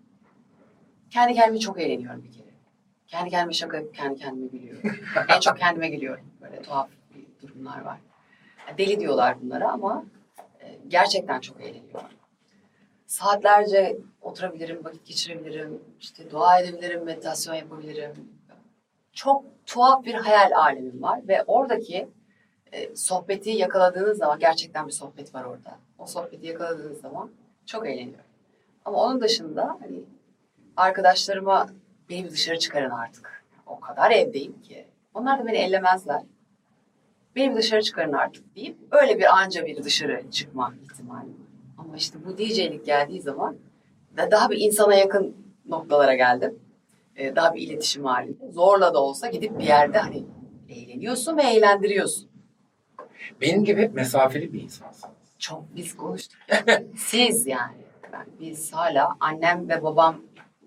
kendi kendime çok eğleniyorum bir kere. Kendi kendime şaka yapıp kendi kendime gülüyorum. En çok kendime gülüyorum. Böyle tuhaf bir durumlar var. Yani deli diyorlar bunlara ama e, gerçekten çok eğleniyorum. Saatlerce oturabilirim, vakit geçirebilirim, işte dua edebilirim, meditasyon yapabilirim. Çok tuhaf bir hayal alemim var ve oradaki e, sohbeti yakaladığınız zaman, gerçekten bir sohbet var orada. O sohbeti yakaladığınız zaman çok eğleniyorum. Ama onun dışında hani arkadaşlarıma beni bir dışarı çıkarın artık. O kadar evdeyim ki. Onlar da beni ellemezler. Beni bir dışarı çıkarın artık deyip öyle bir anca bir dışarı çıkma ihtimali var. Ama işte bu D J'lik geldiği zaman da daha bir insana yakın noktalara geldim. Ee, daha bir iletişim halinde. Zorla da olsa gidip bir yerde hani eğleniyorsun ve eğlendiriyorsun. Benim gibi hep mesafeli bir insansınız. Çok biz konuştuk. Ya. Siz yani. Ben, biz hala annem ve babamla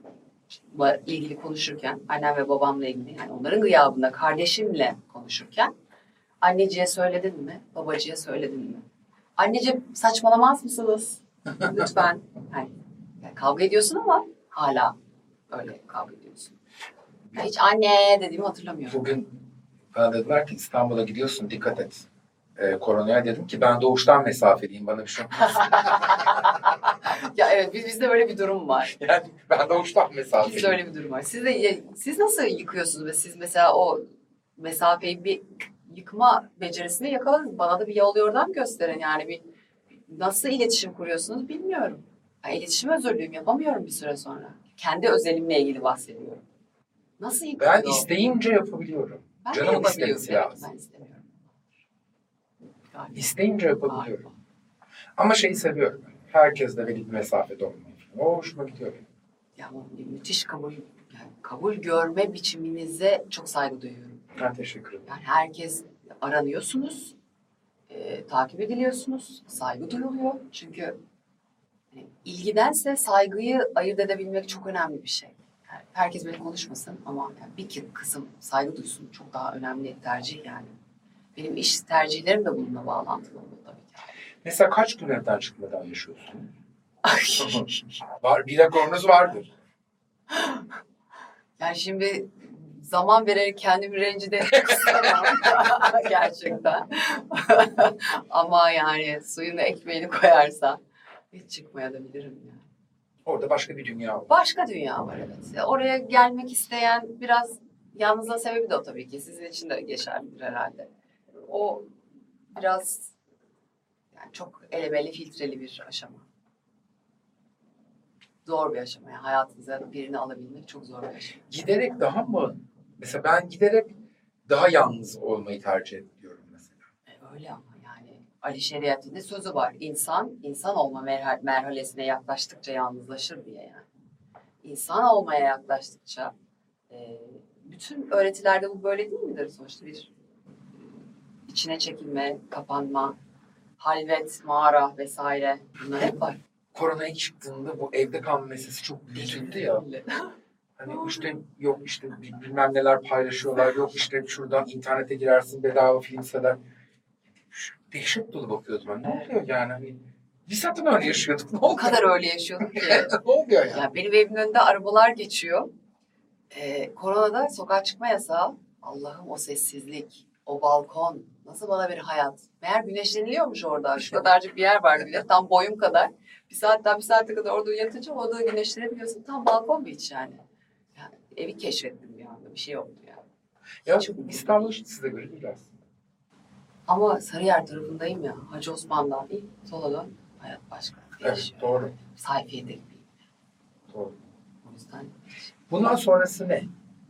ilgili konuşurken, annem ve babamla ilgili, yani onların gıyabında kardeşimle konuşurken anneciye söyledin mi, babacıya söyledin mi? Anneciğim saçmalamaz mısınız? Lütfen. Yani, yani kavga ediyorsun ama hala öyle kavga ediyorsun. Yani hiç anne dediğimi hatırlamıyorum. Bugün bana dediler ki İstanbul'a gidiyorsun, dikkat et. Ee, koronaya dedim ki ben doğuştan mesafeliyim, bana bir şey olmaz. Ya evet biz, bizde böyle bir durum var. Yani ben doğuştan mesafeliyim. Bizde öyle bir durum var. Siz de siz nasıl yıkıyorsunuz ve siz mesela o mesafeyi bir yıkma becerisini yakaladınız. Bana da bir yol yordam gösterin yani bir nasıl iletişim kuruyorsunuz bilmiyorum. Yani iletişim özürlüyüm yapamıyorum bir süre sonra. Kendi özelimle ilgili bahsediyorum. Nasıl yıkıyor? Ben isteyince yapabiliyorum. Ben de Canımın yapabiliyorum. istemesi Evet, lazım. ben istemiyorum. Galiba. İsteyince yapabiliyorum. Galiba. Ama şeyi seviyorum. Herkesle belli bir mesafede olmayı. O hoşuma gidiyor benim. Ya ama bir müthiş kabul Yani kabul görme biçiminize çok saygı duyuyorum. Ben teşekkür ederim. Yani herkes aranıyorsunuz, e, takip ediliyorsunuz, saygı duyuluyor. Çünkü hani ilgidense saygıyı ayırt edebilmek çok önemli bir şey. Yani herkes böyle konuşmasın ama yani bir kısım saygı duysun çok daha önemli tercih yani. Benim iş tercihlerim de bununla bağlantılı oluyor tabii ki. Mesela kaç gün evden çıkmadan yaşıyorsun? Var, bir rekorunuz vardır. Yani şimdi zaman vererek kendimi rencide etmek istemem. Gerçekten. Ama yani suyunu ekmeğini koyarsan hiç çıkmayabilirim yani. Orada başka bir dünya var. Başka dünya var evet. Oraya gelmek isteyen biraz yalnızlığın sebebi de o tabii ki. Sizin için de geçerlidir herhalde. O biraz yani çok elebeli filtreli bir aşama. Zor bir aşama. Yani hayatınıza birini alabilmek çok zor bir aşama. Giderek daha mı? Mesela ben giderek daha yalnız olmayı tercih ediyorum mesela. E, öyle ama yani Ali Şeriat'ın sözü var. İnsan, insan olma merhal merhalesine yaklaştıkça yalnızlaşır diye yani. İnsan olmaya yaklaştıkça e, bütün öğretilerde bu böyle değil midir sonuçta bir e, içine çekilme, kapanma, halvet, mağara vesaire bunlar hep var. Korona ilk çıktığında bu evde kalma meselesi çok büyütüldü ya. Hani işte yok işte bilmem neler paylaşıyorlar, yok işte şuradan internete girersin bedava film sever. Dehşet dolu bakıyordum ben. Ne oluyor yani? Hani biz zaten öyle yaşıyorduk. Ne O oluyor? kadar öyle yaşıyorduk ki. Ne oluyor ya? Ya benim evimin önünde arabalar geçiyor. Ee, koronada sokağa çıkma yasağı. Allah'ım o sessizlik, o balkon. Nasıl bana bir hayat. Meğer güneşleniliyormuş orada. Şu kadarcık bir yer var bile. Tam boyum kadar. Bir saatten bir saate kadar orada yatınca orada güneşlenebiliyorsun. Tam balkon beach yani. Yani evi keşfettim bir anda. Bir şey oldu yani. Ya İstanbul işte size göre değil aslında. Ama Sarıyer tarafındayım ya. Hacı Osman'dan ilk sola dön. Hayat başka. Evet, Değişiyor. doğru. Sayfiye değil. Doğru. O yüzden Bundan sonrası ne?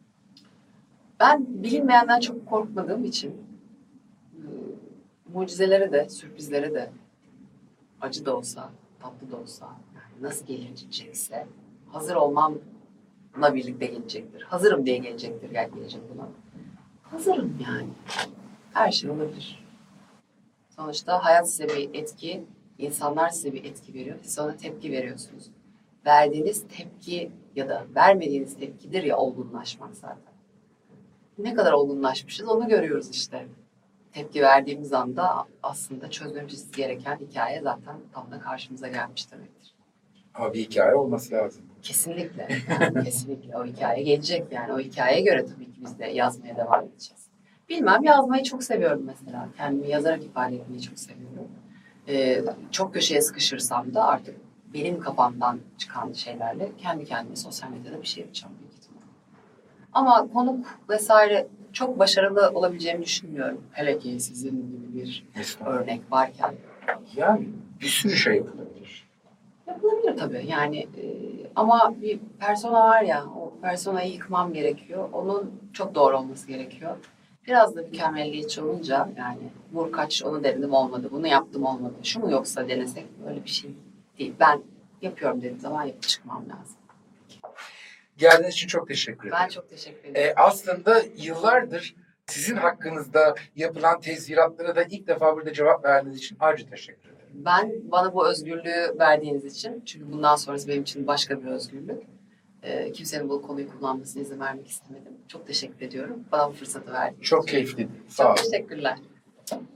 ben bilinmeyenden çok korkmadığım için e, mucizelere de, sürprizlere de acı da olsa, tatlı da olsa yani nasıl gelecekse hazır olmamla birlikte gelecektir. Hazırım diye gelecektir, gel gelecek buna. Hazırım yani. Her şey olabilir. Sonuçta hayat size bir etki, insanlar size bir etki veriyor. Siz ona tepki veriyorsunuz. Verdiğiniz tepki ya da vermediğiniz tepkidir ya olgunlaşmak zaten. Ne kadar olgunlaşmışız onu görüyoruz işte. Tepki verdiğimiz anda aslında çözmemiz gereken hikaye zaten tam da karşımıza gelmiş demektir. Ama bir hikaye olması lazım. Kesinlikle, yani kesinlikle o hikaye gelecek yani. O hikayeye göre tabii ki biz de yazmaya devam edeceğiz. Bilmem yazmayı çok seviyorum mesela. Kendimi yazarak ifade etmeyi çok seviyorum. Ee, çok köşeye sıkışırsam da artık benim kafamdan çıkan şeylerle kendi kendime sosyal medyada bir şey yapacağım büyük ihtimalle. Ama konuk vesaire çok başarılı olabileceğimi düşünmüyorum. Hele ki sizin gibi bir örnek varken. Yani bir sürü şey yapılabilir. Yapılabilir tabii yani e, ama bir persona var ya o personayı yıkmam gerekiyor. Onun çok doğru olması gerekiyor. Biraz da mükemmelliyetçi olunca yani vur kaç onu denedim olmadı, bunu yaptım olmadı. Şu mu yoksa denesek öyle bir şey değil. Ben yapıyorum dediğim zaman yapıp çıkmam lazım. Geldiğiniz için çok teşekkür ederim. Ben çok teşekkür ederim. Ee, aslında yıllardır sizin hakkınızda yapılan tezviratlara da ilk defa burada cevap verdiğiniz için ayrıca teşekkür ederim. Ben bana bu özgürlüğü verdiğiniz için çünkü bundan sonrası benim için başka bir özgürlük. Ee, kimsenin bu konuyu kullanmasına izin vermek istemedim. Çok teşekkür ediyorum. Bana bu fırsatı verdiğiniz için. Çok keyifliydi. Sağ olun. Çok teşekkürler.